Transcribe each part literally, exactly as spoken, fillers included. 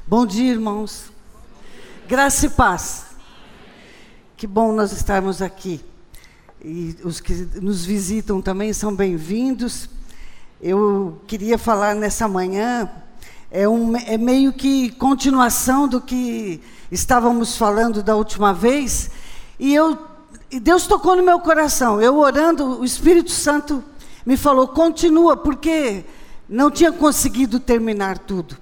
Bom dia, irmãos. Graça e paz. Que bom nós estarmos aqui. E os que nos visitam também são bem-vindos. Eu queria falar nessa manhã, é, um, é meio que continuação do que estávamos falando da última vez. E, eu, e Deus tocou no meu coração. Eu orando, o Espírito Santo me falou, continua, porque não tinha conseguido terminar tudo.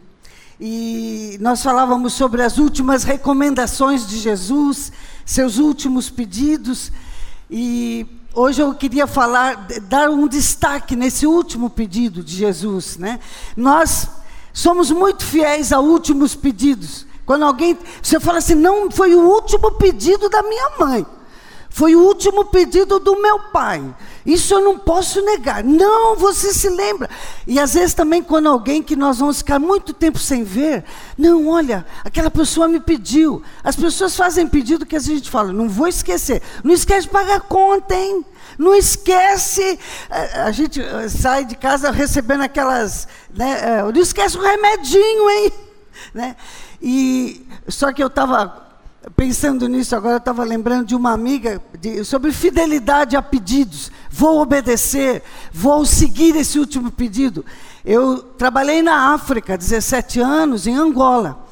E nós falávamos sobre as últimas recomendações de Jesus, seus últimos pedidos. E hoje eu queria falar, dar um destaque nesse último pedido de Jesus, né? Nós somos muito fiéis a últimos pedidos. Quando alguém, você fala assim, não foi o último pedido da minha mãe, foi o último pedido do meu pai. Isso eu não posso negar. Não, você se lembra. E às vezes também quando alguém que nós vamos ficar muito tempo sem ver, não, olha, aquela pessoa me pediu. As pessoas fazem pedido que a gente fala, não vou esquecer. Não esquece de pagar conta, hein? Não esquece, a, a gente sai de casa recebendo aquelas, né, não esquece o remedinho, hein? Né? E, só que eu estava pensando nisso agora, eu estava lembrando de uma amiga de, sobre fidelidade a pedidos. Vou obedecer, vou seguir esse último pedido. Eu trabalhei na África, dezessete anos, em Angola.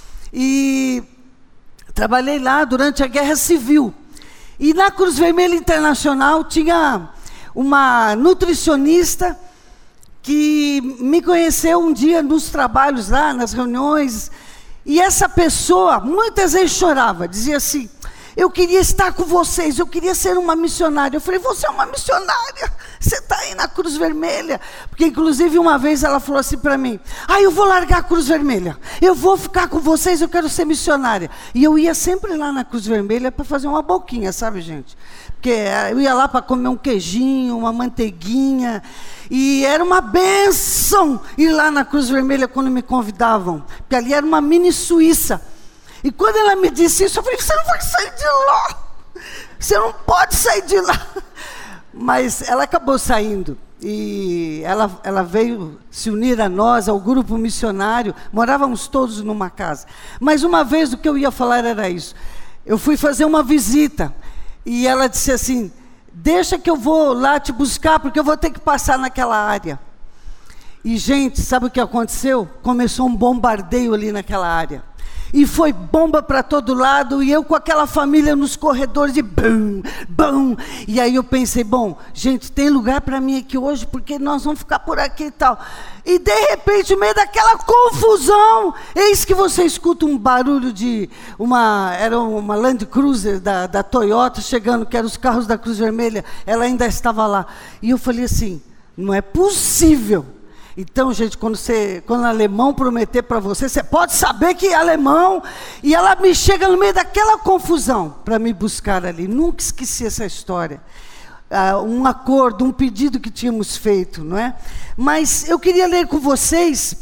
E trabalhei lá durante a Guerra Civil. E na Cruz Vermelha Internacional tinha uma nutricionista que me conheceu um dia nos trabalhos lá, nas reuniões. E essa pessoa, muitas vezes chorava, dizia assim, eu queria estar com vocês, eu queria ser uma missionária. Eu falei, você é uma missionária, você está aí na Cruz Vermelha. Porque inclusive uma vez ela falou assim para mim, ah, eu vou largar a Cruz Vermelha, eu vou ficar com vocês, eu quero ser missionária. E eu ia sempre lá na Cruz Vermelha para fazer uma boquinha, sabe, gente? Porque eu ia lá para comer um queijinho, uma manteiguinha, e era uma bênção ir lá na Cruz Vermelha quando me convidavam, porque ali era uma mini Suíça. E quando ela me disse isso, eu falei, você não vai sair de lá, você não pode sair de lá. Mas ela acabou saindo, e ela, ela veio se unir a nós, ao grupo missionário, morávamos todos numa casa. Mas uma vez o que eu ia falar era isso, eu fui fazer uma visita, e ela disse assim, deixa que eu vou lá te buscar, porque eu vou ter que passar naquela área. E gente, sabe o que aconteceu? Começou um bombardeio ali naquela área. E foi bomba para todo lado, e eu com aquela família nos corredores, e bum, bum. E aí eu pensei, bom, gente, tem lugar para mim aqui hoje, porque nós vamos ficar por aqui e tal. E de repente, no meio daquela confusão, eis que você escuta um barulho de uma, era uma Land Cruiser da, da Toyota chegando, que eram os carros da Cruz Vermelha, ela ainda estava lá. E eu falei assim, não é possível. Então, gente, quando, você, quando o alemão prometer para você, você pode saber que é alemão, e ela me chega no meio daquela confusão para me buscar ali. Nunca esqueci essa história. Uh, um acordo, um pedido que tínhamos feito, não é? Mas eu queria ler com vocês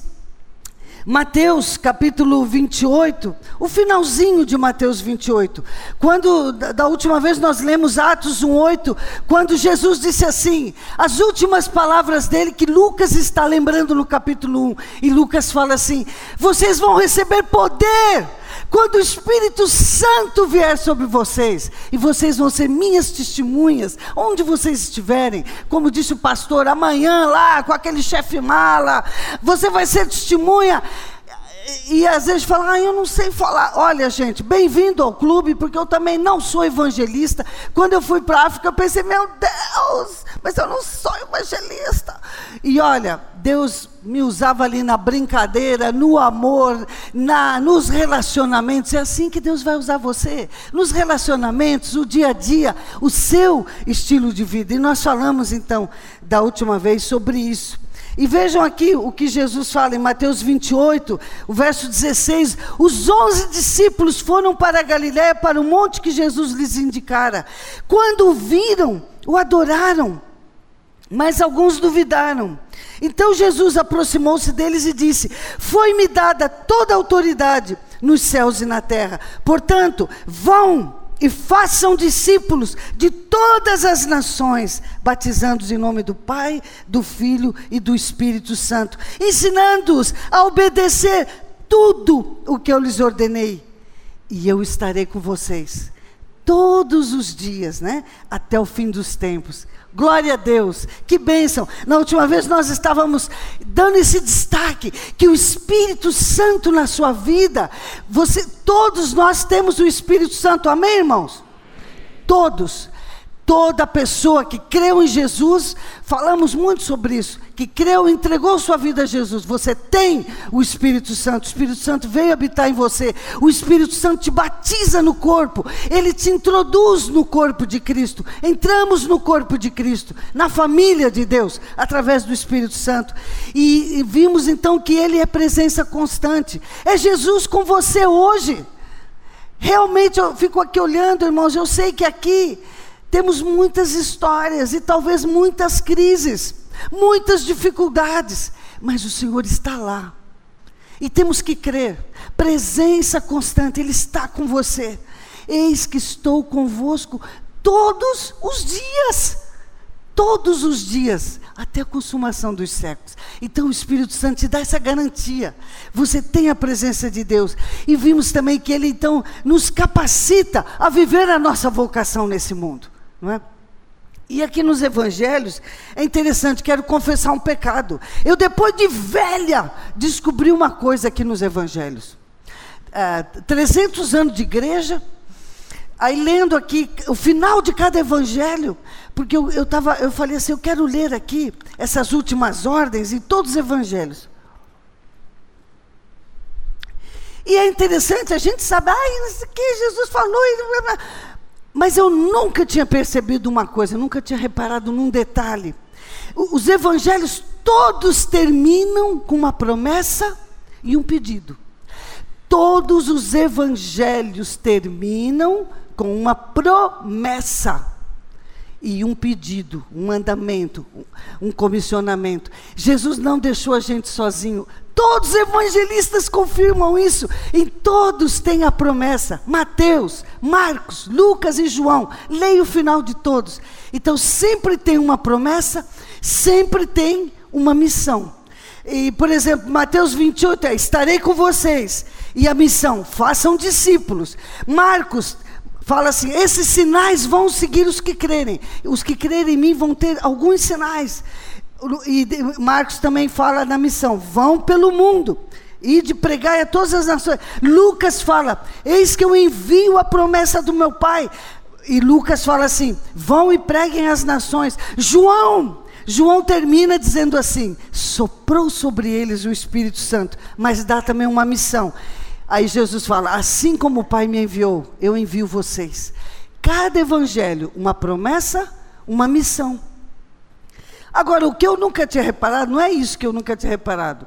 Mateus capítulo vinte e oito, o finalzinho de Mateus vinte e oito, quando, da última vez nós lemos Atos um, oito, quando Jesus disse assim, as últimas palavras dele, que Lucas está lembrando no capítulo um, e Lucas fala assim, vocês vão receber poder, quando o Espírito Santo vier sobre vocês, e vocês vão ser minhas testemunhas, onde vocês estiverem, como disse o pastor, amanhã lá, com aquele chefe mala, você vai ser testemunha. E às vezes fala, ah, eu não sei falar. Olha, gente, bem-vindo ao clube, porque eu também não sou evangelista. Quando eu fui para a África, eu pensei, meu Deus, mas eu não sou evangelista. E olha, Deus me usava ali na brincadeira, no amor, na, nos relacionamentos. É assim que Deus vai usar você. Nos relacionamentos, o dia a dia, o seu estilo de vida. E nós falamos, então, da última vez sobre isso. E vejam aqui o que Jesus fala em Mateus vinte e oito, o verso dezesseis, os onze discípulos foram para a Galiléia, para o monte que Jesus lhes indicara. Quando o viram, o adoraram, mas alguns duvidaram. Então Jesus aproximou-se deles e disse, foi-me dada toda a autoridade nos céus e na terra, portanto, vão e façam discípulos de todas as nações, batizando-os em nome do Pai, do Filho e do Espírito Santo, ensinando-os a obedecer tudo o que eu lhes ordenei, e eu estarei com vocês todos os dias, né? Até o fim dos tempos. Glória a Deus, que bênção. Na última vez nós estávamos dando esse destaque, que o Espírito Santo na sua vida, você, todos nós temos o Espírito Santo, amém, irmãos? Todos. Toda pessoa que creu em Jesus, falamos muito sobre isso, que creu, entregou sua vida a Jesus, você tem o Espírito Santo, o Espírito Santo veio habitar em você, o Espírito Santo te batiza no corpo, ele te introduz no corpo de Cristo, entramos no corpo de Cristo, na família de Deus, através do Espírito Santo, e, e vimos então que ele é presença constante, é Jesus com você hoje. Realmente eu fico aqui olhando, irmãos, eu sei que aqui temos muitas histórias e talvez muitas crises, muitas dificuldades, mas o Senhor está lá. E temos que crer, presença constante, Ele está com você. Eis que estou convosco todos os dias, todos os dias, até a consumação dos séculos. Então o Espírito Santo te dá essa garantia, você tem a presença de Deus, e vimos também que Ele então nos capacita a viver a nossa vocação nesse mundo. Não é? E aqui nos evangelhos, é interessante, quero confessar um pecado. Eu depois de velha, descobri uma coisa aqui nos evangelhos. É, trezentos anos de igreja, aí lendo aqui o final de cada evangelho, porque eu, eu, tava, eu falei assim, eu quero ler aqui essas últimas ordens em todos os evangelhos. E é interessante, a gente sabe, ah, isso que Jesus falou... Mas eu nunca tinha percebido uma coisa, nunca tinha reparado num detalhe. Os evangelhos todos terminam com uma promessa e um pedido. Todos os evangelhos terminam com uma promessa e um pedido, um mandamento, um comissionamento. Jesus não deixou a gente sozinho. Todos os evangelistas confirmam isso, em todos tem a promessa. Mateus, Marcos, Lucas e João, leia o final de todos. Então sempre tem uma promessa, sempre tem uma missão. E por exemplo, Mateus vinte e oito é, estarei com vocês, e a missão, façam discípulos. Marcos fala assim, esses sinais vão seguir os que crerem, os que crerem em mim vão ter alguns sinais. E Marcos também fala na missão, vão pelo mundo, e de pregar a todas as nações. Lucas fala, eis que eu envio a promessa do meu Pai. E Lucas fala assim, vão e preguem às nações. João, João termina dizendo assim, soprou sobre eles o Espírito Santo, mas dá também uma missão. Aí Jesus fala, assim como o Pai me enviou, eu envio vocês. Cada evangelho, uma promessa, uma missão. Agora, o que eu nunca tinha reparado, não é isso que eu nunca tinha reparado.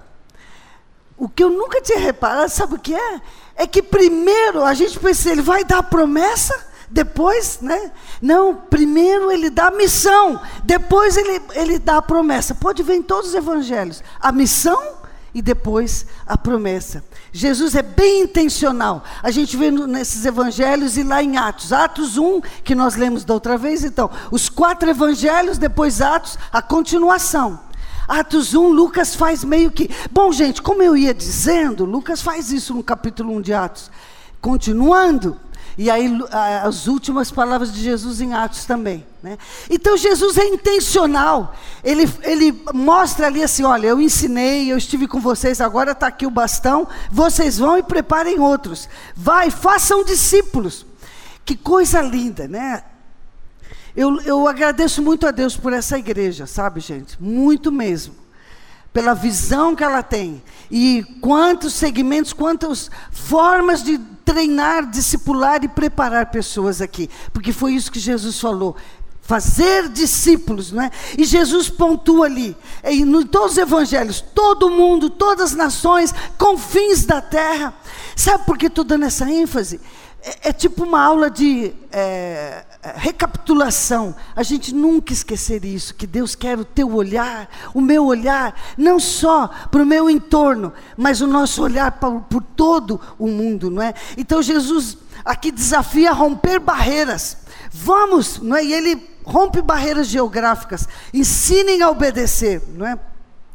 O que eu nunca tinha reparado, sabe o que é? É que primeiro a gente pensa, ele vai dar a promessa, depois, né? Não, primeiro ele dá a missão, depois ele, ele dá a promessa. Pode ver em todos os evangelhos, a missão e depois a promessa. Jesus é bem intencional. A gente vê no, nesses evangelhos e lá em Atos. Atos um, que nós lemos da outra vez. Então, os quatro evangelhos, depois Atos, a continuação. Atos um, Lucas faz meio que... Bom, gente, como eu ia dizendo, Lucas faz isso no capítulo um de Atos. Continuando. E aí as últimas palavras de Jesus em Atos também, né? Então Jesus é intencional, ele, ele mostra ali assim, olha, eu ensinei, eu estive com vocês, agora está aqui o bastão, vocês vão e preparem outros, vai, façam discípulos. Que coisa linda, né? Eu, eu agradeço muito a Deus por essa igreja, sabe, gente? Muito mesmo. Pela visão que ela tem, e quantos segmentos, quantas formas de treinar, discipular e preparar pessoas aqui, porque foi isso que Jesus falou, fazer discípulos, não é? E Jesus pontua ali, em todos os evangelhos, todo mundo, todas as nações, confins da terra. Sabe por que estou dando essa ênfase? É, é tipo uma aula de é, recapitulação. A gente nunca esquecer isso, que Deus quer o teu olhar, o meu olhar, não só para o meu entorno, mas o nosso olhar por, por todo o mundo, não é? Então Jesus aqui desafia a romper barreiras. Vamos, não é? E ele rompe barreiras geográficas, ensinem a obedecer, não é?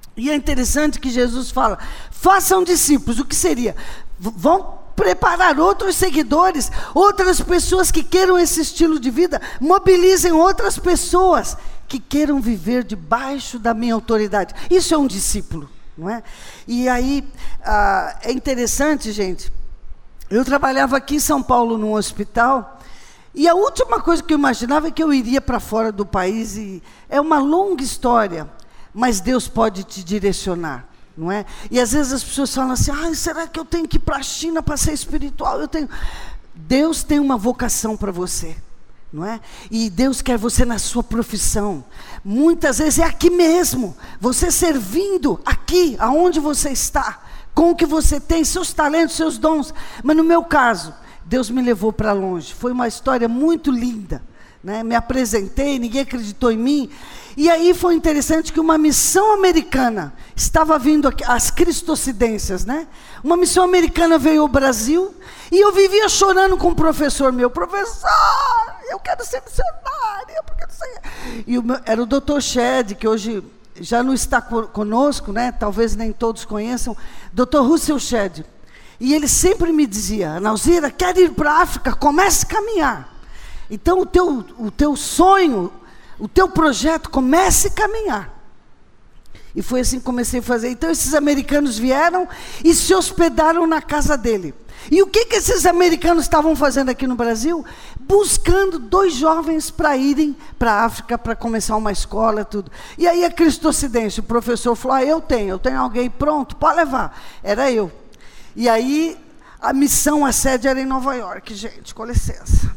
E é interessante que Jesus fala, façam discípulos. O que seria? V- vão preparar outros seguidores, outras pessoas que queiram esse estilo de vida, mobilizem outras pessoas que queiram viver debaixo da minha autoridade. Isso é um discípulo, não é? E aí, ah, é interessante, gente, eu trabalhava aqui em São Paulo num hospital, e a última coisa que eu imaginava é que eu iria para fora do país, e é uma longa história, mas Deus pode te direcionar, não é? E às vezes as pessoas falam assim, ah, será que eu tenho que ir para a China para ser espiritual? Eu tenho... Deus tem uma vocação para você, não é? E Deus quer você na sua profissão. Muitas vezes é aqui mesmo, você servindo aqui, aonde você está, com o que você tem, seus talentos, seus dons. Mas no meu caso, Deus me levou para longe. Foi uma história muito linda, né? Me apresentei, ninguém acreditou em mim. E aí foi interessante que uma missão americana estava vindo aqui, as cristocidências, né? Uma missão americana veio ao Brasil, e eu vivia chorando com o professor meu, professor, eu quero ser missionária, porque não sei. E o meu, era o doutor Shedd, que hoje já não está conosco, né? Talvez nem todos conheçam, doutor Russell Shedd. E ele sempre me dizia, Nauzira, quer ir para a África? Comece a caminhar. Então o teu, o teu sonho, o teu projeto, comece a caminhar. E foi assim que comecei a fazer. Então esses americanos vieram e se hospedaram na casa dele. E o que, que esses americanos estavam fazendo aqui no Brasil? Buscando dois jovens para irem para a África, para começar uma escola, tudo. E aí a cristocidência, o professor falou, ah, eu tenho, eu tenho alguém pronto, pode levar. Era eu. E aí a missão, a sede era em Nova York, gente, com licença.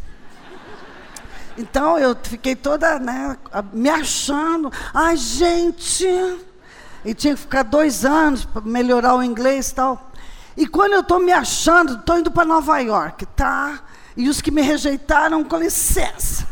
Então eu fiquei toda, né, me achando, ai gente, e tinha que ficar dois anos para melhorar o inglês e tal. E quando eu estou me achando, estou indo para Nova York, tá? E os que me rejeitaram, com licença.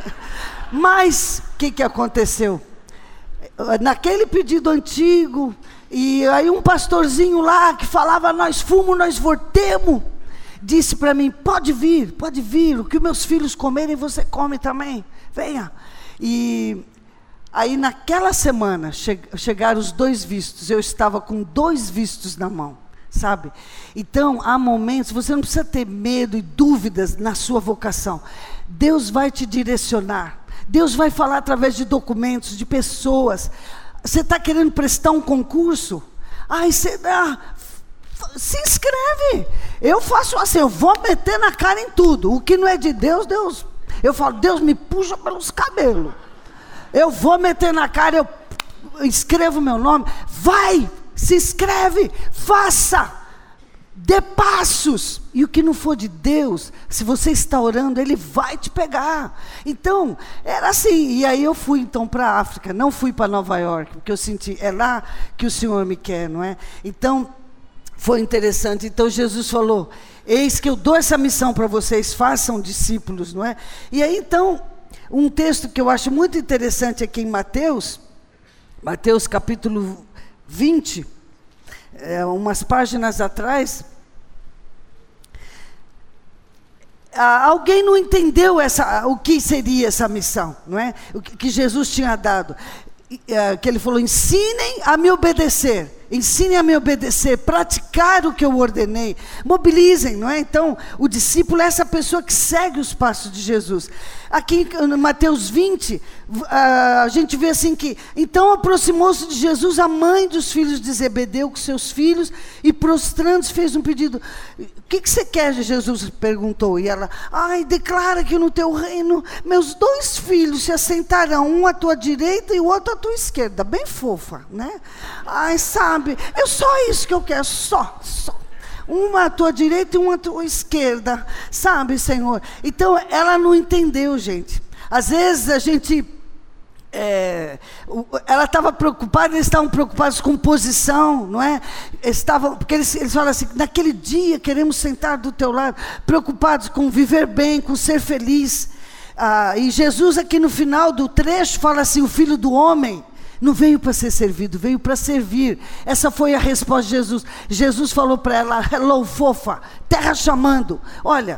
Mas, o que, que aconteceu? Naquele pedido antigo, e aí um pastorzinho lá, que falava, nós fomos, nós voltemos, disse para mim, pode vir, pode vir, o que meus filhos comerem, você come também, venha. E aí naquela semana, che chegaram os dois vistos, eu estava com dois vistos na mão, sabe? Então, há momentos, você não precisa ter medo e dúvidas na sua vocação. Deus vai te direcionar, Deus vai falar através de documentos, de pessoas. Você está querendo prestar um concurso? Ai, você... Ah, se inscreve. Eu faço assim, eu vou meter na cara em tudo. O que não é de Deus, Deus... Eu falo, Deus me puxa pelos cabelos. Eu vou meter na cara, eu escrevo meu nome. Vai, se inscreve, faça, dê passos. E o que não for de Deus, se você está orando, Ele vai te pegar. Então, era assim. E aí eu fui então para a África, não fui para Nova York, porque eu senti, é lá que o Senhor me quer, não é? Então, foi interessante. Então Jesus falou, eis que eu dou essa missão para vocês, façam discípulos, não é? E aí então, um texto que eu acho muito interessante aqui em Mateus, Mateus capítulo vinte, é, umas páginas atrás, alguém não entendeu essa, o que seria essa missão, não é? O que, que Jesus tinha dado, que ele falou, ensinem a me obedecer, ensinem a me obedecer, praticar o que eu ordenei, mobilizem, não é? Então, o discípulo é essa pessoa que segue os passos de Jesus. Aqui em Mateus vinte, a gente vê assim que, então aproximou-se de Jesus a mãe dos filhos de Zebedeu com seus filhos, e prostrando-se fez um pedido. O que, que você quer, Jesus perguntou, e ela, ai, declara que no teu reino, meus dois filhos se assentarão, um à tua direita e o outro à tua esquerda, bem fofa, né? Ai, sabe, é só isso que eu quero, só, só. Uma à tua direita e uma à tua esquerda, sabe, Senhor? Então, ela não entendeu, gente. Às vezes a gente... É, ela estava preocupada, eles estavam preocupados com posição, não é? Estavam, porque eles, eles falam assim, naquele dia queremos sentar do teu lado, preocupados com viver bem, com ser feliz. Ah, e Jesus aqui no final do trecho fala assim, o Filho do Homem não veio para ser servido, veio para servir. Essa foi a resposta de Jesus. Jesus falou para ela, hello fofa, terra chamando, olha,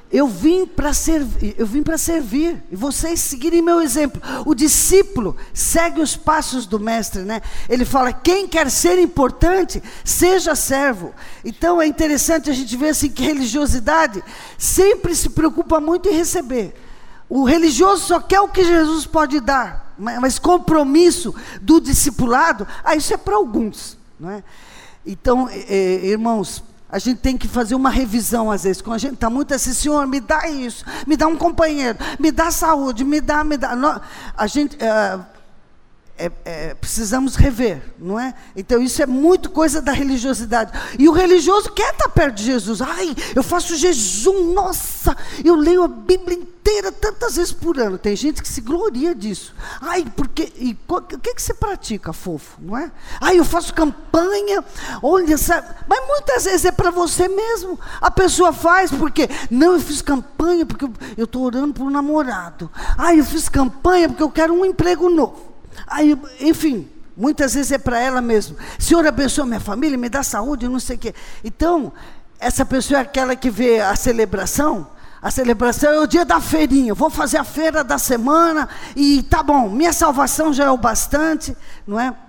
Eu vim para servir, eu vim para servir, e vocês seguirem meu exemplo. O discípulo segue os passos do mestre, né? Ele fala, quem quer ser importante, seja servo. Então é interessante a gente ver assim, que religiosidade sempre se preocupa muito em receber. O religioso só quer o que Jesus pode dar, mas compromisso do discipulado, ah, isso é para alguns, não é? Então, eh, irmãos, a gente tem que fazer uma revisão às vezes, quando a gente está muito assim, Senhor, me dá isso, me dá um companheiro, me dá saúde, me dá, me dá. Não, a gente, é, é, é, precisamos rever, não é? Então isso é muito coisa da religiosidade. E o religioso quer estar perto de Jesus. Ai, eu faço jejum, nossa, eu leio a Bíblia inteira tantas vezes por ano. Tem gente que se gloria disso. Ai, porque, e, o que, que você pratica, fofo, não é? Ai, eu faço campanha, olha, sabe? Mas muitas vezes é para você mesmo. A pessoa faz porque, não, eu fiz campanha porque eu estou orando por um namorado. Ai, eu fiz campanha porque eu quero um emprego novo. Aí, enfim, muitas vezes é para ela mesmo. Senhor, abençoa minha família, me dá saúde, não sei o quê. Então, essa pessoa é aquela que vê a celebração. A celebração é o dia da feirinha. Vou fazer a feira da semana e tá bom, minha salvação já é o bastante, não é?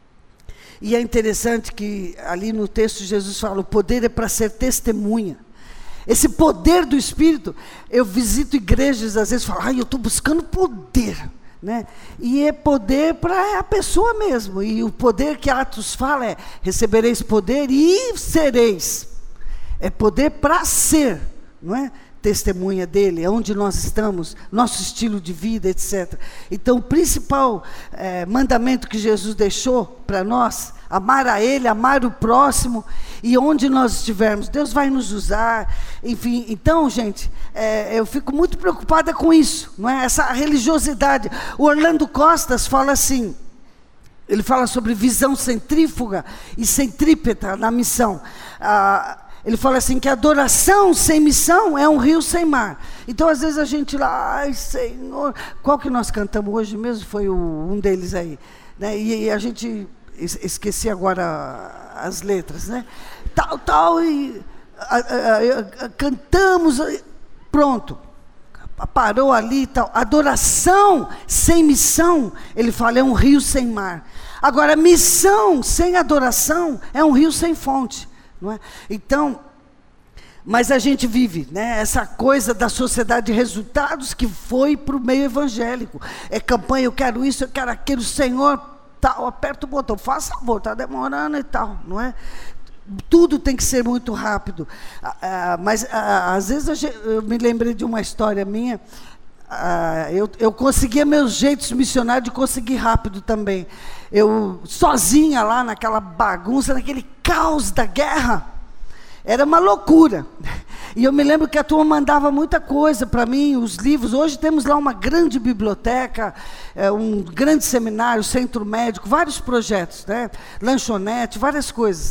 E é interessante que ali no texto Jesus fala, o poder é para ser testemunha. Esse poder do Espírito, eu visito igrejas, às vezes falo, ai, eu estou buscando poder. Né? E é poder para a pessoa mesmo. E o poder que Atos fala é, recebereis poder e sereis. É poder para ser, não é? Testemunha dele, onde nós estamos, nosso estilo de vida, etcétera. Então o principal é, mandamento que Jesus deixou para nós, amar a Ele, amar o próximo, e onde nós estivermos, Deus vai nos usar, enfim. Então, gente, é, eu fico muito preocupada com isso, não é? Essa religiosidade. O Orlando Costas fala assim, ele fala sobre visão centrífuga e centrípeta na missão. Ah, ele fala assim, que adoração sem missão é um rio sem mar. Então, às vezes a gente lá, ai Senhor, qual que nós cantamos hoje mesmo? Foi o, um deles aí, né? E, e a gente... esqueci agora as letras, né? Tal, tal, e a, a, a, cantamos, pronto, parou ali e tal. Adoração sem missão, ele fala, é um rio sem mar. Agora, missão sem adoração é um rio sem fonte, não é? Então, mas a gente vive, né, essa coisa da sociedade de resultados que foi para o meio evangélico. É campanha, eu quero isso, eu quero aquilo, Senhor, tal, aperta o botão, faça favor, está demorando e tal, não é? Tudo tem que ser muito rápido. Ah, ah, mas ah, às vezes eu, gente, eu me lembrei de uma história minha. Ah, eu, eu conseguia meus jeitos missionários de conseguir rápido também. Eu sozinha lá naquela bagunça, naquele caos da guerra, era uma loucura. E eu me lembro que a turma mandava muita coisa para mim, os livros. Hoje temos lá uma grande biblioteca, é, um grande seminário, centro médico, vários projetos, né? Lanchonete, várias coisas.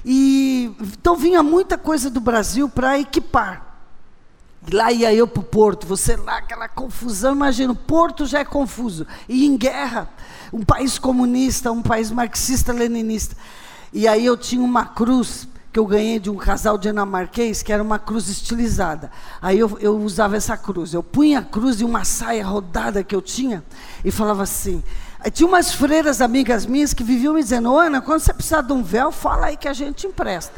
E então vinha muita coisa do Brasil para equipar. Lá ia eu para o Porto, você lá, aquela confusão, imagina, o Porto já é confuso. E em guerra, um país comunista, um país marxista-leninista. E aí eu tinha uma cruz que eu ganhei de um casal dinamarquês, que era uma cruz estilizada. Aí eu, eu usava essa cruz. Eu punha a cruz em uma saia rodada que eu tinha e falava assim. Aí tinha umas freiras amigas minhas que viviam me dizendo, ô Ana, quando você precisar de um véu, fala aí que a gente empresta.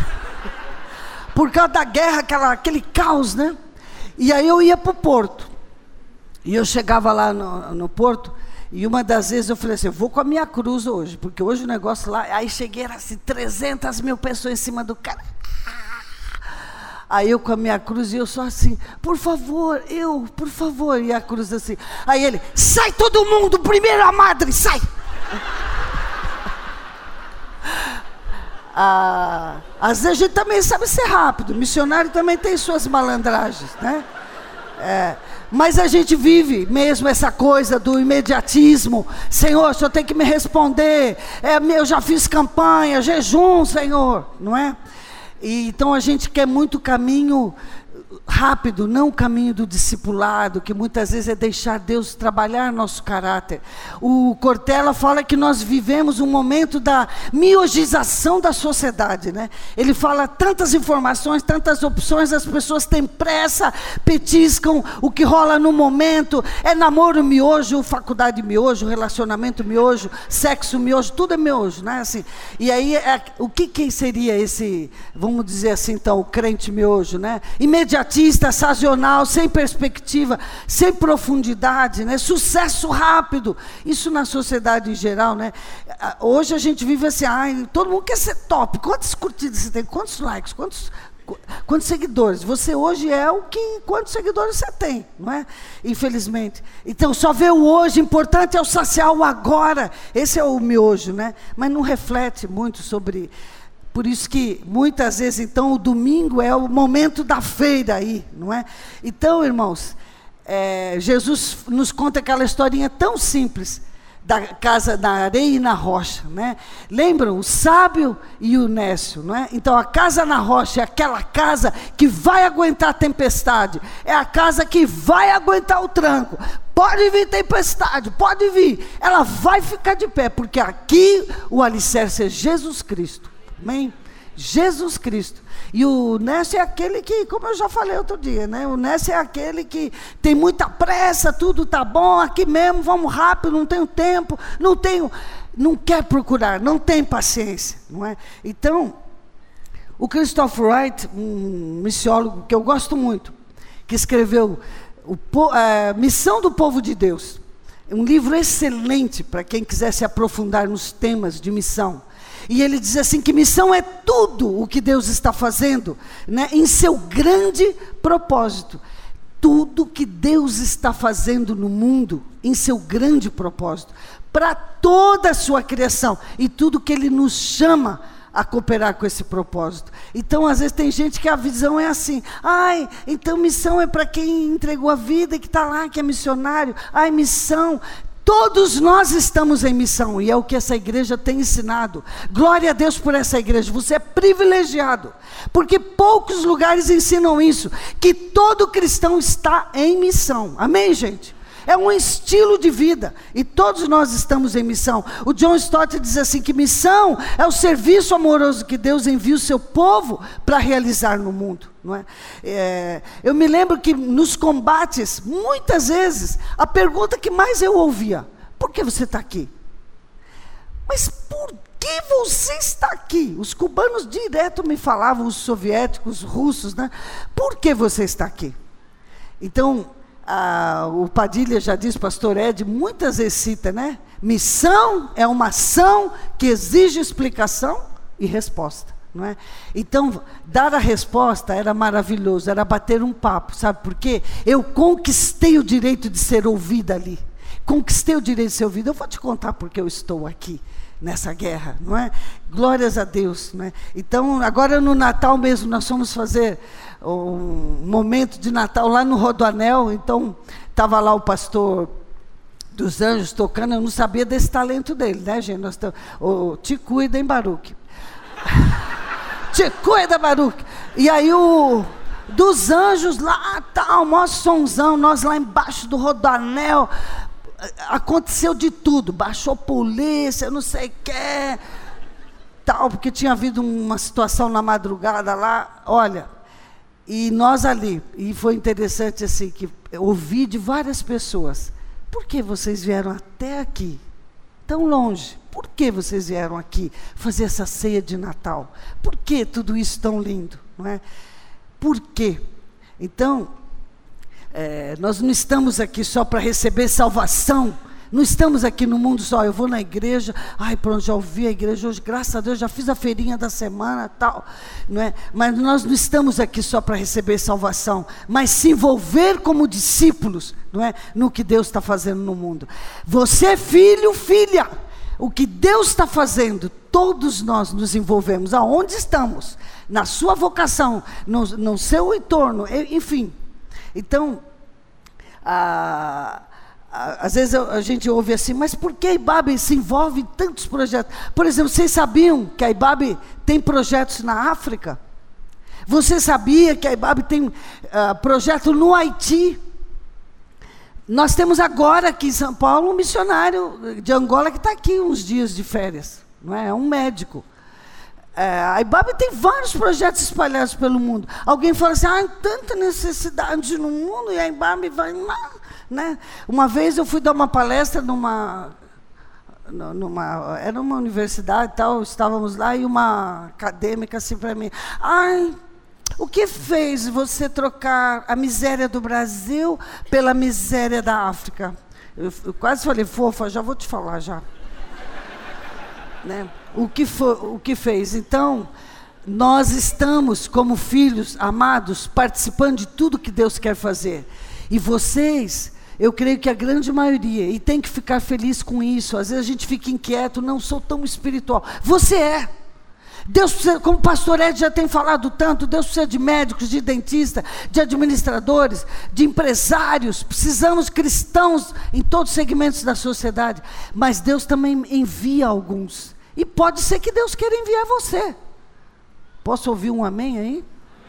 Por causa da guerra, aquela, aquele caos, né? E aí eu ia para o Porto. E eu chegava lá no, no Porto, e uma das vezes eu falei assim, eu vou com a minha cruz hoje, porque hoje o negócio lá, aí cheguei, era assim, trezentas mil pessoas em cima do cara. Aí eu com a minha cruz, e eu só assim, por favor, eu, por favor, e a cruz assim. Aí ele, sai todo mundo, primeiro a madre, sai! Ah, às vezes a gente também sabe ser rápido, missionário também tem suas malandragens, né? É, mas a gente vive mesmo essa coisa do imediatismo. Senhor, o Senhor tem que me responder, é, eu já fiz campanha, jejum, Senhor, não é? E, então a gente quer muito caminho rápido, não o caminho do discipulado, que muitas vezes é deixar Deus trabalhar nosso caráter. O Cortella fala que nós vivemos um momento da miogização da sociedade, né? Ele fala tantas informações, tantas opções, as pessoas têm pressa, petiscam o que rola no momento, é namoro miojo, faculdade miojo, relacionamento miojo, sexo miojo, tudo é miojo, né? Assim, e aí, é, o que, que seria esse, vamos dizer assim, então, o crente miojo, né? Imediatamente imediatista, sazonal, sem perspectiva, sem profundidade, né? Sucesso rápido. Isso na sociedade em geral, né? Hoje a gente vive assim, ai, todo mundo quer ser top. Quantas curtidas você tem? Quantos likes? Quantos, quantos seguidores? Você hoje é o que, quantos seguidores você tem, não é? Infelizmente. Então, só vê o hoje, importante é o saciar o agora. Esse é o miojo, né? Mas não reflete muito sobre... Por isso que, muitas vezes, então, o domingo é o momento da feira aí, não é? Então, irmãos, é, Jesus nos conta aquela historinha tão simples, da casa na areia e na rocha, né? Lembram? O sábio e o nécio, não é? Então, a casa na rocha é aquela casa que vai aguentar a tempestade, é a casa que vai aguentar o tranco. Pode vir tempestade, pode vir, ela vai ficar de pé, porque aqui o alicerce é Jesus Cristo. Amém? Jesus Cristo. E o nécio é aquele que, como eu já falei outro dia, né? O nécio é aquele que tem muita pressa, tudo está bom, aqui mesmo, vamos rápido, não tenho tempo, não tenho, não quer procurar, não tem paciência, não é? Então, o Christopher Wright, um missiólogo que eu gosto muito, que escreveu o, a Missão do Povo de Deus, um livro excelente para quem quiser se aprofundar nos temas de missão. E ele diz assim, que missão é tudo o que Deus está fazendo, né, em seu grande propósito. Tudo que Deus está fazendo no mundo, em seu grande propósito, para toda a sua criação, e tudo que Ele nos chama a cooperar com esse propósito. Então, às vezes tem gente que a visão é assim, ai, então missão é para quem entregou a vida e que está lá, que é missionário, ai, missão... Todos nós estamos em missão, e é o que essa igreja tem ensinado. Glória a Deus por essa igreja, você é privilegiado, porque poucos lugares ensinam isso, que todo cristão está em missão. Amém, gente? É um estilo de vida, e todos nós estamos em missão. O John Stott diz assim, que missão é o serviço amoroso que Deus envia o seu povo para realizar no mundo, não é? É, eu me lembro que nos combates, muitas vezes, a pergunta que mais eu ouvia, por que você está aqui? Mas por que você está aqui? Os cubanos direto me falavam, os soviéticos, os russos, né? Por que você está aqui? Então... Ah, o Padilha já diz, pastor Ed, muitas vezes cita, né? Missão é uma ação que exige explicação e resposta, não é? Então, dar a resposta era maravilhoso, era bater um papo, sabe por quê? Eu conquistei o direito de ser ouvida ali, conquistei o direito de ser ouvida. Eu vou te contar porque eu estou aqui nessa guerra, não é? Glórias a Deus, não é? Então, agora no Natal mesmo, nós fomos fazer um momento de Natal lá no Rodoanel. Então, estava lá o pastor dos Anjos tocando, eu não sabia desse talento dele, né, gente? Nós tamo, oh, te cuida, hein, Baruque? Te cuida, Baruque! E aí o... dos Anjos lá, tal, maior sonzão, nós lá embaixo do Rodoanel, aconteceu de tudo, baixou polícia, não sei o que, tal, porque tinha havido uma situação na madrugada lá, olha, e nós ali, e foi interessante assim, que eu ouvi de várias pessoas, por que vocês vieram até aqui, tão longe? Por que vocês vieram aqui fazer essa ceia de Natal? Por que tudo isso tão lindo? Não é? Por quê? Então, é, nós não estamos aqui só para receber salvação, não estamos aqui no mundo só, eu vou na igreja, ai, pronto, já ouvi a igreja hoje, graças a Deus, já fiz a feirinha da semana, tal, não é? Mas nós não estamos aqui só para receber salvação, mas se envolver como discípulos, não é? No que Deus está fazendo no mundo. Você, filho, filha, o que Deus está fazendo, todos nós nos envolvemos, aonde estamos, na sua vocação, no, no seu entorno, enfim. Então, a... às vezes a gente ouve assim, mas por que a I B A B se envolve em tantos projetos? Por exemplo, vocês sabiam que a I B A B tem projetos na África? Você sabia que a IBAB tem uh, projeto no Haiti? Nós temos agora aqui em São Paulo um missionário de Angola que está aqui uns dias de férias, não é? É um médico. É, a IBAB tem vários projetos espalhados pelo mundo. Alguém fala assim, ah, tanta necessidade no mundo e a IBAB vai lá, né? Uma vez eu fui dar uma palestra numa, numa era uma universidade e tal, estávamos lá e uma acadêmica assim para mim, ai, o que fez você trocar a miséria do Brasil pela miséria da África? Eu, eu quase falei, fofa, já vou te falar já. Né? O que foi, o que fez? Então, nós estamos, como filhos amados, participando de tudo que Deus quer fazer. E vocês, eu creio que a grande maioria, e tem que ficar feliz com isso, às vezes a gente fica inquieto, não sou tão espiritual. Você é. Deus precisa, como o pastor Ed já tem falado tanto, Deus precisa de médicos, de dentistas, de administradores, de empresários. Precisamos de cristãos em todos os segmentos da sociedade. Mas Deus também envia alguns. E pode ser que Deus queira enviar você. Posso ouvir um amém aí?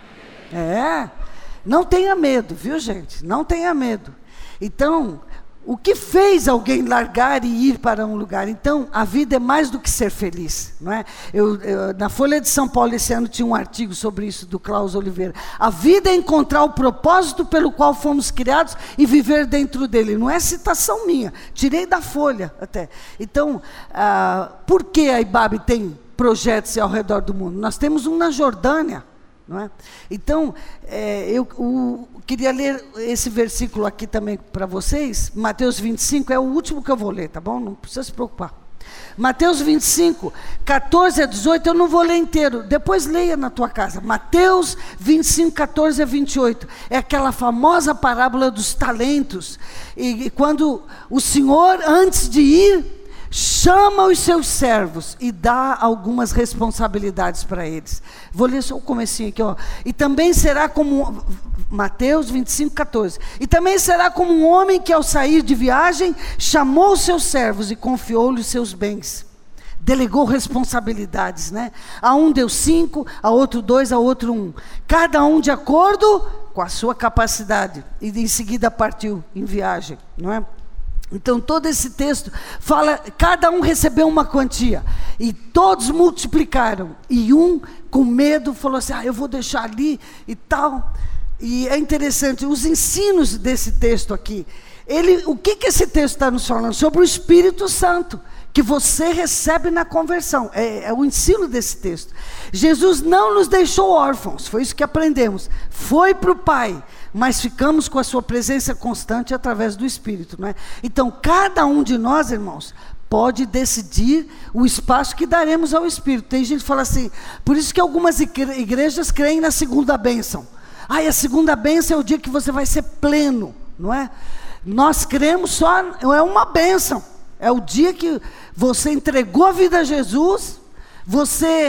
É. Não tenha medo, viu, gente? Não tenha medo. Então, o que fez alguém largar e ir para um lugar? Então, a vida é mais do que ser feliz, não é? Eu, eu, na Folha de São Paulo, esse ano, tinha um artigo sobre isso, do Klaus Oliveira. A vida é encontrar o propósito pelo qual fomos criados e viver dentro dele. Não é citação minha, tirei da Folha até. Então, ah, por que a IBAB tem projetos ao redor do mundo? Nós temos um na Jordânia. Não é? Então, é, eu o, queria ler esse versículo aqui também para vocês. Mateus vinte e cinco, é o último que eu vou ler, tá bom? Não precisa se preocupar. Mateus vinte e cinco, catorze a dezoito, eu não vou ler inteiro, depois leia na tua casa. Mateus vinte e cinco, catorze a vinte e oito, é aquela famosa parábola dos talentos. E, e quando o Senhor, antes de ir, chama os seus servos e dá algumas responsabilidades para eles. Vou ler só o comecinho aqui, ó. E também será como, Mateus vinte e cinco, catorze. E também será como um homem que ao sair de viagem, chamou os seus servos e confiou-lhes os seus bens. Delegou responsabilidades, né? A um deu cinco, a outro dois, a outro um. Cada um de acordo com a sua capacidade. E em seguida partiu em viagem, não é? Então, todo esse texto fala, cada um recebeu uma quantia, e todos multiplicaram, e um, com medo, falou assim, ah, eu vou deixar ali, e tal. E é interessante, os ensinos desse texto aqui, ele, o que, que esse texto está nos falando? Sobre o Espírito Santo, que você recebe na conversão, é, é o ensino desse texto. Jesus não nos deixou órfãos, foi isso que aprendemos, foi para o Pai, mas ficamos com a sua presença constante através do Espírito, não é? Então, cada um de nós, irmãos, pode decidir o espaço que daremos ao Espírito. Tem gente que fala assim, por isso que algumas igrejas creem na segunda bênção. Ah, e a segunda bênção é o dia que você vai ser pleno, não é? Nós cremos só, é uma bênção, é o dia que você entregou a vida a Jesus, você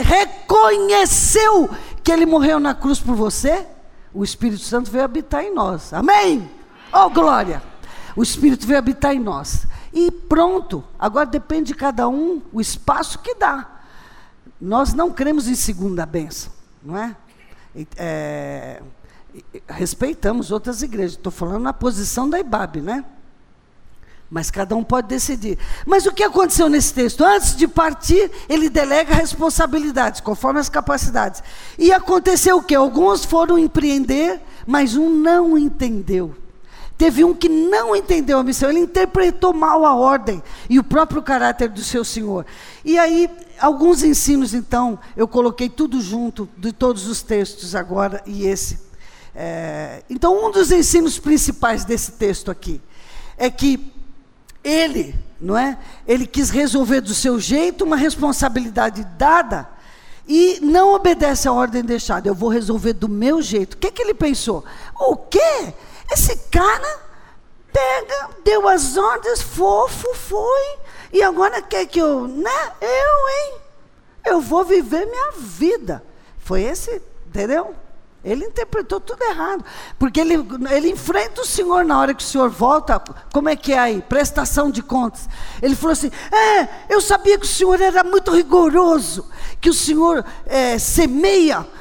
reconheceu que Ele morreu na cruz por você, o Espírito Santo veio habitar em nós. Amém? Oh, glória! O Espírito veio habitar em nós. E pronto. Agora depende de cada um o espaço que dá. Nós não cremos em segunda bênção, não é? é respeitamos outras igrejas. Estou falando na posição da IBAB, né? Mas cada um pode decidir. Mas o que aconteceu nesse texto? Antes de partir, ele delega responsabilidades, conforme as capacidades. E aconteceu o quê? Alguns foram empreender, mas um não entendeu. Teve um que não entendeu a missão, ele interpretou mal a ordem e o próprio caráter do seu Senhor. E aí, alguns ensinos, então, eu coloquei tudo junto, de todos os textos agora, e esse. É, então, um dos ensinos principais desse texto aqui, é que Ele, não é? Ele quis resolver do seu jeito uma responsabilidade dada e não obedece à ordem deixada. Eu vou resolver do meu jeito. O que, que ele pensou? O quê? Esse cara pega, deu as ordens, fofo, foi, e agora quer que eu, né? Eu, hein? Eu vou viver minha vida. Foi esse, entendeu? Ele interpretou tudo errado, porque ele, ele enfrenta o Senhor na hora que o Senhor volta. Como é que é aí? Prestação de contas. Ele falou assim, é, eu sabia que o Senhor era muito rigoroso, que o Senhor é, semeia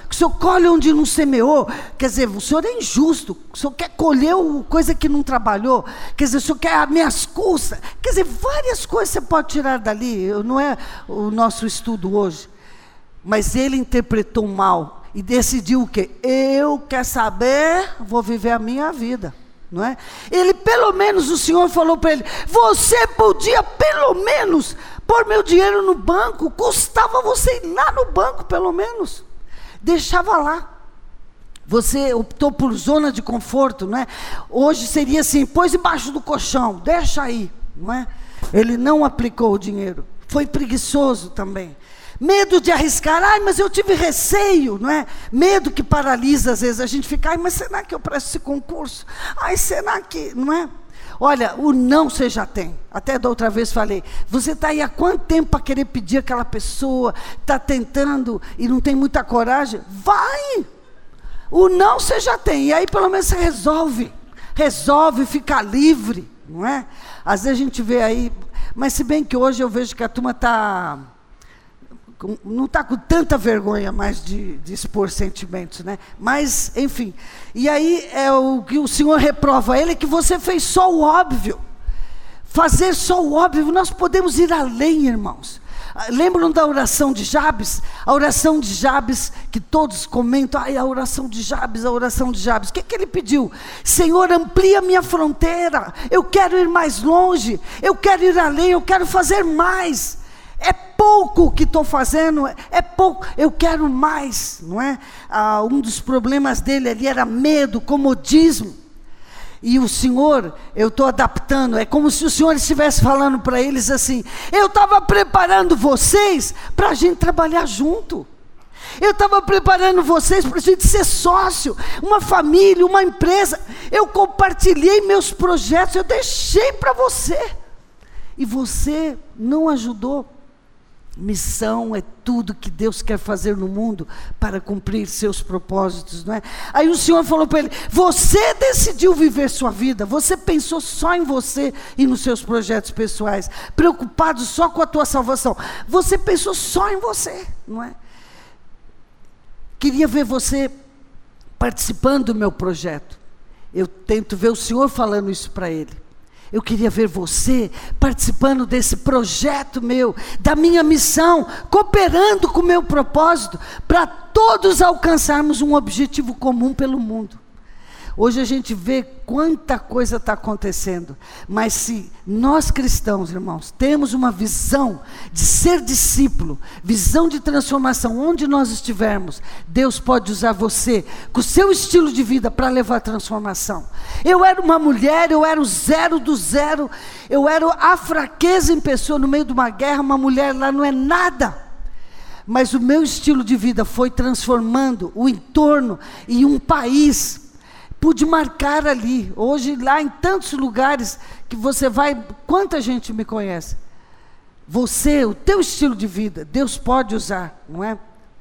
que o Senhor colhe onde não semeou. Quer dizer, o Senhor é injusto, o Senhor quer colher coisa que não trabalhou, quer dizer, o Senhor quer as minhas custas, quer dizer, várias coisas você pode tirar dali, não é o nosso estudo hoje. Mas ele interpretou mal e decidiu o quê? Eu, quer saber, vou viver a minha vida. Não é? Ele, pelo menos, o Senhor falou para ele, você podia pelo menos pôr meu dinheiro no banco, custava você ir lá no banco pelo menos, deixava lá. Você optou por zona de conforto, não é? Hoje seria assim, pôs embaixo do colchão, deixa aí, não é? Ele não aplicou o dinheiro, foi preguiçoso também. Medo de arriscar, ai, mas eu tive receio, não é? Medo que paralisa, às vezes a gente fica, ai, mas será que eu presto esse concurso? Ai, será que, não é? Olha, o não você já tem, até da outra vez falei, você está aí há quanto tempo para querer pedir aquela pessoa, está tentando e não tem muita coragem? Vai! O não você já tem, e aí pelo menos você resolve, resolve ficar livre, não é? Às vezes a gente vê aí, mas se bem que hoje eu vejo que a turma está... não está com tanta vergonha mais de, de expor sentimentos, né? Mas, enfim, e aí é o que o Senhor reprova a ele, que você fez só o óbvio, fazer só o óbvio. Nós podemos ir além, irmãos. Lembram da oração de Jabes? A oração de Jabes, que todos comentam, ai, a oração de Jabes, a oração de Jabes. O que, que ele pediu? Senhor, amplia minha fronteira, eu quero ir mais longe, eu quero ir além, eu quero fazer mais. É pouco o que estou fazendo, é pouco, eu quero mais, não é? Ah, um dos problemas dele ali era medo, comodismo. E o Senhor, eu estou adaptando, é como se o Senhor estivesse falando para eles assim, eu estava preparando vocês para a gente trabalhar junto. Eu estava preparando vocês para a gente ser sócio, uma família, uma empresa. Eu compartilhei meus projetos, eu deixei para você. E você não ajudou. Missão é tudo que Deus quer fazer no mundo para cumprir seus propósitos, não é? Aí o Senhor falou para ele, você decidiu viver sua vida, você pensou só em você e nos seus projetos pessoais, preocupado só com a tua salvação, você pensou só em você, não é? Queria ver você participando do meu projeto. Eu tento ver o Senhor falando isso para ele. Eu queria ver você participando desse projeto meu, da minha missão, cooperando com o meu propósito, para todos alcançarmos um objetivo comum pelo mundo. Hoje a gente vê quanta coisa está acontecendo, mas se nós cristãos, irmãos, temos uma visão de ser discípulo, visão de transformação, onde nós estivermos, Deus pode usar você, com o seu estilo de vida, para levar a transformação. Eu era uma mulher, eu era o zero do zero, eu era a fraqueza em pessoa, no meio de uma guerra, uma mulher lá não é nada. Mas o meu estilo de vida foi transformando o entorno e um país. Pude marcar ali, hoje lá em tantos lugares que você vai, quanta gente me conhece? Você, o teu estilo de vida, Deus pode usar, não é?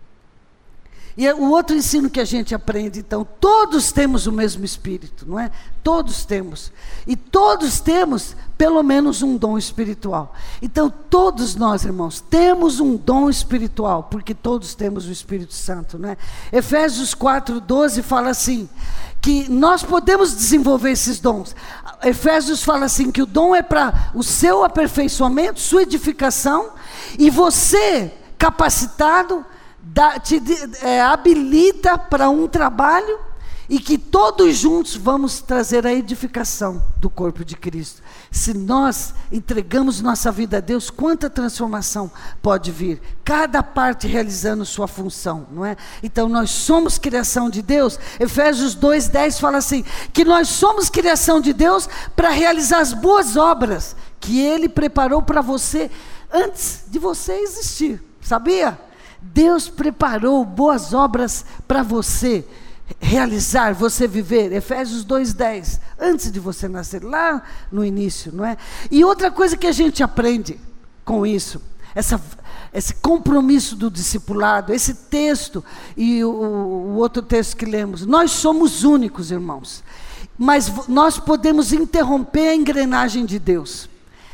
E o outro ensino que a gente aprende, então, todos temos o mesmo espírito, não é? Todos temos. E todos temos, pelo menos, um dom espiritual. Então, todos nós, irmãos, temos um dom espiritual, porque todos temos o Espírito Santo, não é? Efésios quatro, doze fala assim, que nós podemos desenvolver esses dons. Efésios fala assim, que o dom é para o seu aperfeiçoamento, sua edificação, e você, capacitado, Dá, te é, habilita para um trabalho, e que todos juntos vamos trazer a edificação do corpo de Cristo. Se nós entregamos nossa vida a Deus, quanta transformação pode vir, cada parte realizando sua função, não é? Então nós somos criação de Deus. Efésios dois, dez fala assim, que nós somos criação de Deus para realizar as boas obras que Ele preparou para você antes de você existir, sabia? Deus preparou boas obras para você realizar, você viver. Efésios dois, dez, antes de você nascer, lá no início, não é? E outra coisa que a gente aprende com isso, essa, esse compromisso do discipulado, esse texto e o, o outro texto que lemos, nós somos únicos, irmãos, mas nós podemos interromper a engrenagem de Deus.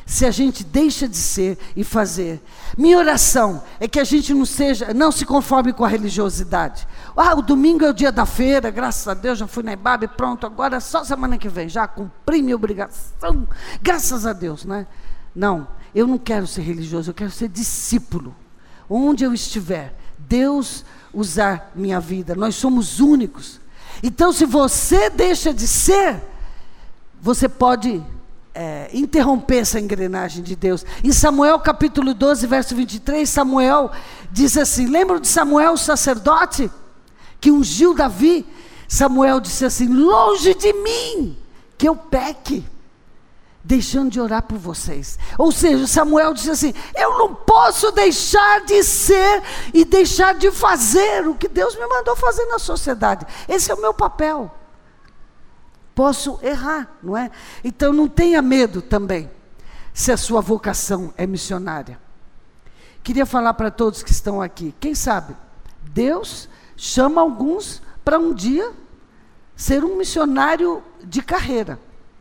se a gente deixa de ser e fazer. Minha oração é que a gente não seja, não se conforme com a religiosidade. Ah, o domingo é o dia da feira, graças a Deus, já fui na Ibabe, pronto, agora é só semana que vem, já cumpri minha obrigação, graças a Deus, né? Não, eu não quero ser religioso, eu quero ser discípulo. Onde eu estiver, Deus usar minha vida, nós somos únicos. Então, se você deixa de ser, você pode é, interromper essa engrenagem de Deus. Em Samuel capítulo doze, verso vinte e três, Samuel diz assim, lembra de Samuel, o sacerdote, que ungiu Davi? Samuel disse assim, longe de mim que eu peque, deixando de orar por vocês. Ou seja, Samuel disse assim, eu não posso deixar de ser e deixar de fazer o que Deus me mandou fazer na sociedade. Esse é o meu papel. Posso errar, não é? Então não tenha medo também, se a sua vocação é missionária. Queria falar para todos que estão aqui, quem sabe, Deus chama alguns para um dia ser um missionário de carreira.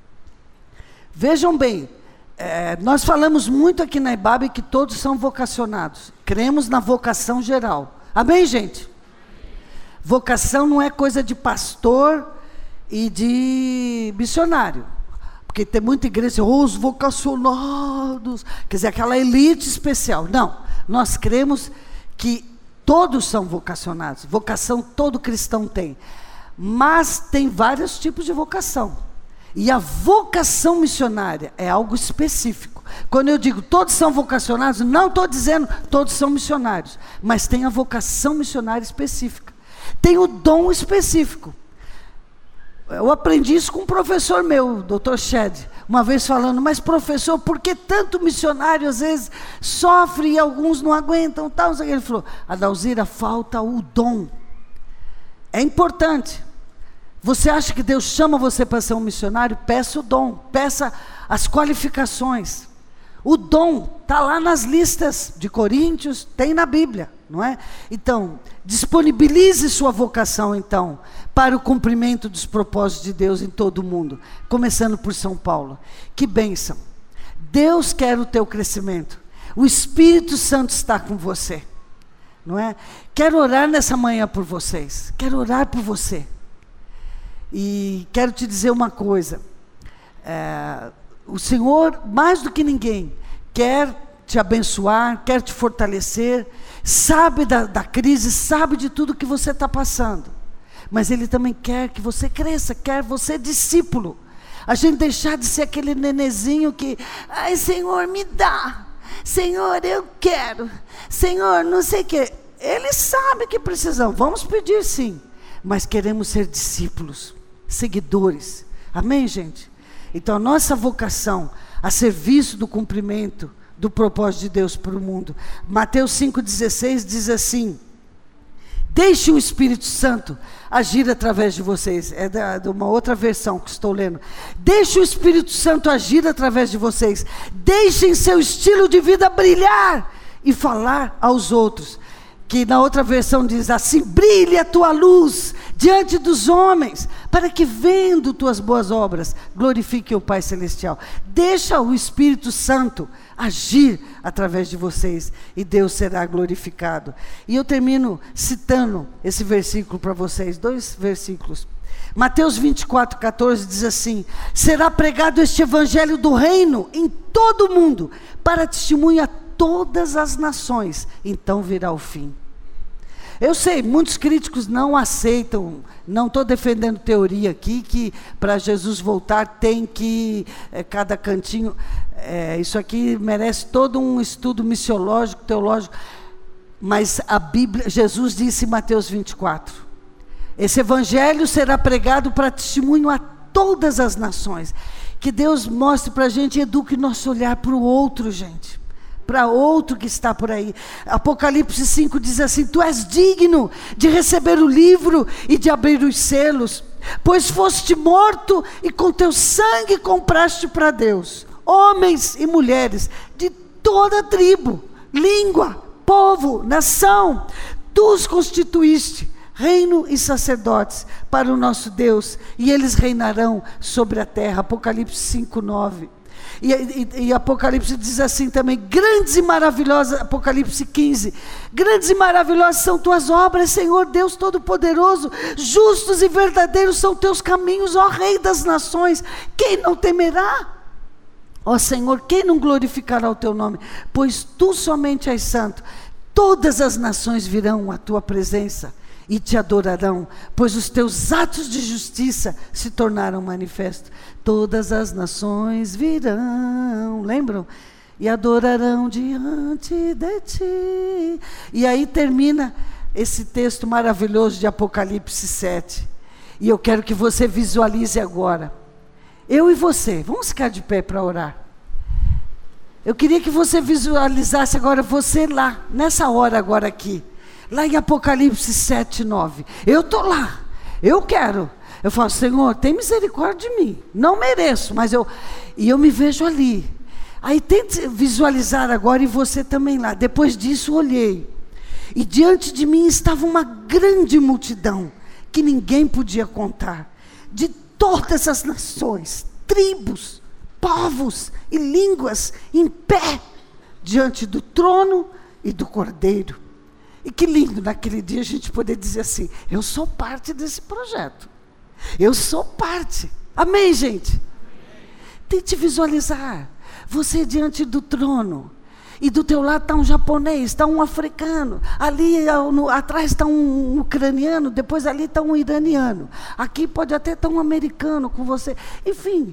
Vejam bem, é, nós falamos muito aqui na Ibabe que todos são vocacionados. Cremos na vocação geral. Amém, gente? Vocação não é coisa de pastor e de missionário. Porque tem muita igreja, oh, os vocacionados, quer dizer, aquela elite especial. Não, nós cremos que todos são vocacionados. Vocação todo cristão tem. Mas tem vários tipos de vocação. E a vocação missionária é algo específico. Quando eu digo todos são vocacionados, não estou dizendo todos são missionários, mas tem a vocação missionária específica. Tem o dom específico. Eu aprendi isso com um professor meu, doutor Shed, uma vez falando, mas professor, por que tanto missionário às vezes sofre e alguns não aguentam? Tal? Ele falou, Adalzira, falta o dom. É importante. Você acha que Deus chama você para ser um missionário? Peça o dom, peça as qualificações. O dom está lá nas listas de Coríntios, tem na Bíblia, não é? Então, disponibilize sua vocação, então, para o cumprimento dos propósitos de Deus em todo o mundo, começando por São Paulo. Que bênção! Deus quer o teu crescimento, o Espírito Santo está com você, não é? Quero orar nessa manhã por vocês, quero orar por você. E quero te dizer uma coisa, é, o Senhor, mais do que ninguém, quer te abençoar, quer te fortalecer, sabe da, da crise, sabe de tudo que você está passando, mas Ele também quer que você cresça, quer você discípulo, a gente deixar de ser aquele nenezinho que, ai Senhor, me dá, Senhor, eu quero, Senhor, não sei o que, Ele sabe que precisamos, vamos pedir sim, mas queremos ser discípulos, seguidores, amém, gente? Então a nossa vocação a serviço do cumprimento do propósito de Deus para o mundo. Mateus cinco dezesseis diz assim, deixe o Espírito Santo agir através de vocês, é da, de uma outra versão que estou lendo, deixe o Espírito Santo agir através de vocês, deixem seu estilo de vida brilhar e falar aos outros, que na outra versão diz assim, brilhe a tua luz diante dos homens, para que vendo tuas boas obras, glorifique o Pai Celestial. Deixa o Espírito Santo agir através de vocês, e Deus será glorificado. E eu termino citando esse versículo para vocês, dois versículos. Mateus vinte e quatro, catorze diz assim, será pregado este evangelho do reino em todo o mundo, para testemunho a todas as nações, então virá o fim. Eu sei, muitos críticos não aceitam, não estou defendendo teoria aqui, que para Jesus voltar tem que, é, cada cantinho, é, isso aqui merece todo um estudo missiológico, teológico, mas a Bíblia, Jesus disse em Mateus vinte e quatro, esse evangelho será pregado para testemunho a todas as nações, que Deus mostre para a gente e eduque nosso olhar para o outro, gente, para outro que está por aí. Apocalipse cinco diz assim, tu és digno de receber o livro e de abrir os selos, pois foste morto e com teu sangue compraste para Deus homens e mulheres de toda tribo, língua, povo, nação. Tu os constituíste reino e sacerdotes para o nosso Deus, e eles reinarão sobre a terra. Apocalipse cinco, nove. E, e, e Apocalipse diz assim também, grandes e maravilhosas, Apocalipse quinze, grandes e maravilhosas são tuas obras, Senhor Deus Todo-Poderoso, justos e verdadeiros são teus caminhos, ó Rei das nações, quem não temerá? Ó Senhor, quem não glorificará o teu nome? Pois tu somente és santo. Todas as nações virão à tua presença e te adorarão, pois os teus atos de justiça se tornaram manifestos. Todas as nações virão, lembram? E adorarão diante de ti. E aí termina esse texto maravilhoso de Apocalipse sete. E eu quero que você visualize agora. Eu e você, vamos ficar de pé para orar. Eu queria que você visualizasse agora você lá, nessa hora agora aqui. Lá em Apocalipse sete, nove. Eu estou lá, eu quero. Eu falo, Senhor, tem misericórdia de mim. Não mereço, mas eu... E eu me vejo ali. Aí tente visualizar agora e você também lá. Depois disso olhei. E diante de mim estava uma grande multidão, que ninguém podia contar. De todas as nações, tribos, povos e línguas, em pé, diante do trono e do Cordeiro. E que lindo naquele dia a gente poder dizer assim, eu sou parte desse projeto. Eu sou parte. Amém, gente? Tente visualizar. Você diante do trono. E do teu lado está um japonês, está um africano. Ali no, atrás está um ucraniano, depois ali está um iraniano. Aqui pode até estar um americano com você. Enfim,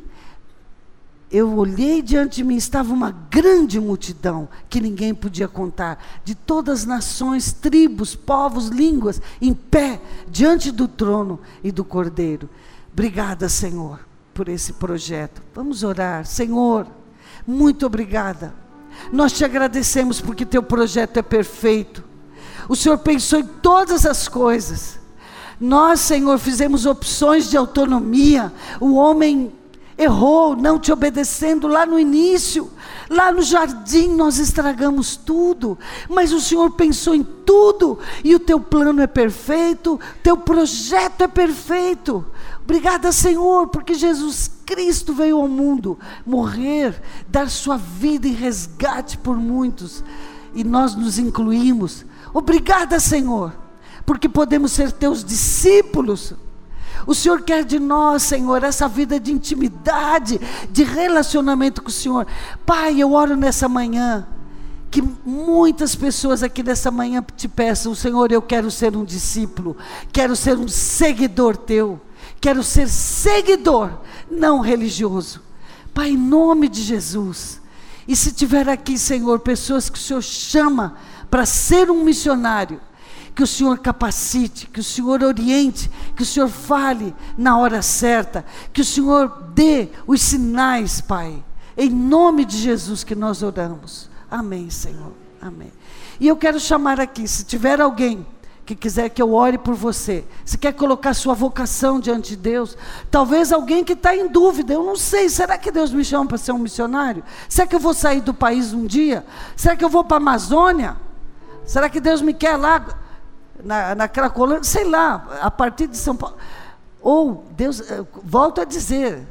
eu olhei diante de mim, estava uma grande multidão, que ninguém podia contar, de todas as nações, tribos, povos, línguas, em pé, diante do trono e do Cordeiro. Obrigada, Senhor, por esse projeto. Vamos orar. Senhor, muito obrigada. Nós te agradecemos porque teu projeto é perfeito. O Senhor pensou em todas as coisas. Nós, Senhor, fizemos opções de autonomia. O homem errou, não te obedecendo lá no início. Lá no jardim nós estragamos tudo. Mas o Senhor pensou em tudo. E o teu plano é perfeito. Teu projeto é perfeito. Obrigada, Senhor, porque Jesus Cristo veio ao mundo morrer, dar sua vida em resgate por muitos, e nós nos incluímos. Obrigada, Senhor, porque podemos ser teus discípulos. O Senhor quer de nós, Senhor, essa vida de intimidade, de relacionamento com o Senhor. Pai, eu oro nessa manhã, que muitas pessoas aqui nessa manhã te peçam, Senhor, eu quero ser um discípulo, quero ser um seguidor teu. Quero ser seguidor, não religioso. Pai, em nome de Jesus. E se tiver aqui, Senhor, pessoas que o Senhor chama para ser um missionário, que o Senhor capacite, que o Senhor oriente, que o Senhor fale na hora certa, que o Senhor dê os sinais, Pai. Em nome de Jesus que nós oramos. Amém, Senhor. Amém. E eu quero chamar aqui, se tiver alguém que quiser que eu ore por você, se quer colocar sua vocação diante de Deus, talvez alguém que está em dúvida, eu não sei, será que Deus me chama para ser um missionário? Será que eu vou sair do país um dia? Será que eu vou para a Amazônia? Será que Deus me quer lá, na, naquela colônia? Sei lá, a partir de São Paulo. Ou, Deus, volto a dizer,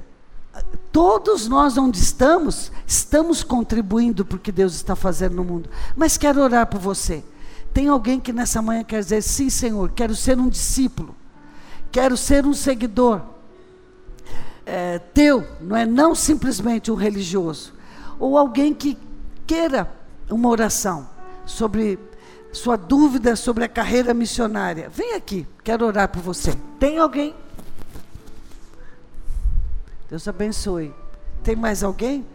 todos nós onde estamos, estamos contribuindo para o que Deus está fazendo no mundo, mas quero orar por você. Tem alguém que nessa manhã quer dizer, sim, Senhor, quero ser um discípulo, quero ser um seguidor é, teu, não é não simplesmente um religioso. Ou alguém que queira uma oração sobre sua dúvida sobre a carreira missionária. Vem aqui, quero orar por você. Tem alguém? Deus abençoe. Tem mais alguém?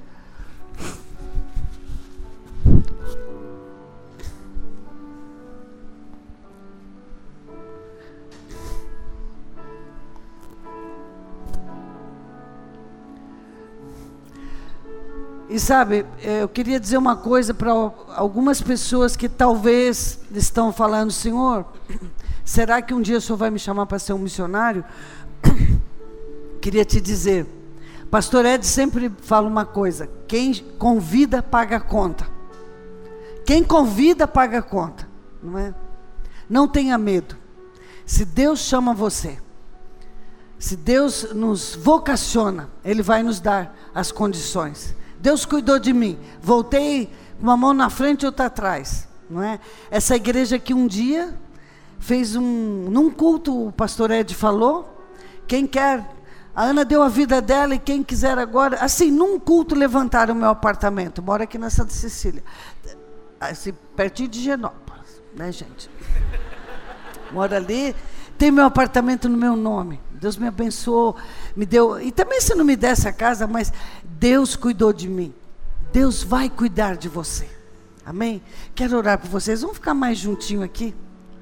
E sabe, eu queria dizer uma coisa para algumas pessoas que talvez estão falando, Senhor, será que um dia o Senhor vai me chamar para ser um missionário? Queria te dizer, Pastor Ed sempre fala uma coisa, quem convida paga a conta. Quem convida paga a conta, não é? Não tenha medo. Se Deus chama você, se Deus nos vocaciona, Ele vai nos dar as condições. Deus cuidou de mim. Voltei com uma mão na frente e outra atrás, não é? Essa igreja que um dia fez um, num culto, o pastor Ed falou, quem quer, a Ana deu a vida dela, e quem quiser agora, assim, num culto levantaram o meu apartamento, moro aqui na Santa Cecília, assim, pertinho de Genópolis, né, gente? Moro ali, tem meu apartamento no meu nome. Deus me abençoou, me deu, e também se não me desse a casa, mas Deus cuidou de mim. Deus vai cuidar de você. Amém? Quero orar por vocês. Vamos ficar mais juntinho aqui.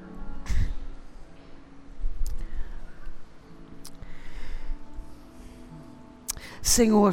Senhor,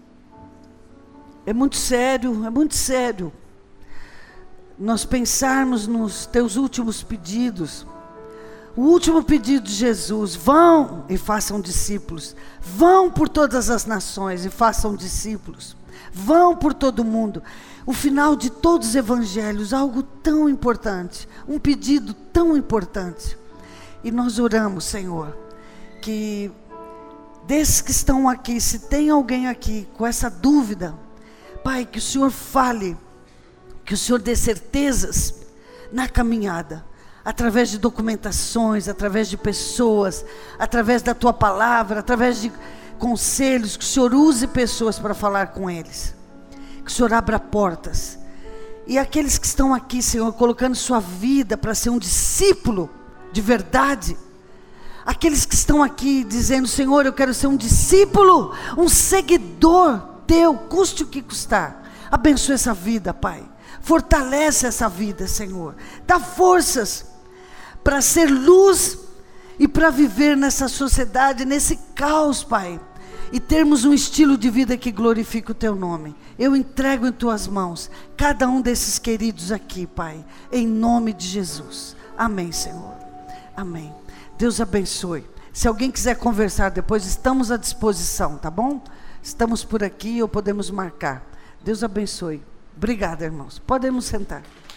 é muito sério, é muito sério nós pensarmos nos teus últimos pedidos. O último pedido de Jesus: vão e façam discípulos. Vão por todas as nações e façam discípulos. Vão por todo o mundo. O final de todos os evangelhos, algo tão importante, um pedido tão importante. E nós oramos, Senhor, que desses que estão aqui, se tem alguém aqui com essa dúvida, Pai, que o Senhor fale, que o Senhor dê certezas na caminhada, através de documentações, através de pessoas, através da Tua palavra, através de conselhos, que o Senhor use pessoas para falar com eles, que o Senhor abra portas. E aqueles que estão aqui, Senhor, colocando sua vida para ser um discípulo de verdade, aqueles que estão aqui dizendo: Senhor, eu quero ser um discípulo, um seguidor Teu, custe o que custar. Abençoe essa vida, Pai. Fortalece essa vida, Senhor. Dá forças para ser luz e para viver nessa sociedade, nesse caos, Pai, e termos um estilo de vida que glorifique o Teu nome. Eu entrego em Tuas mãos cada um desses queridos aqui, Pai, em nome de Jesus. Amém, Senhor. Amém. Deus abençoe. Se alguém quiser conversar depois, estamos à disposição, tá bom? Estamos por aqui ou podemos marcar. Deus abençoe. Obrigada, irmãos. Podemos sentar.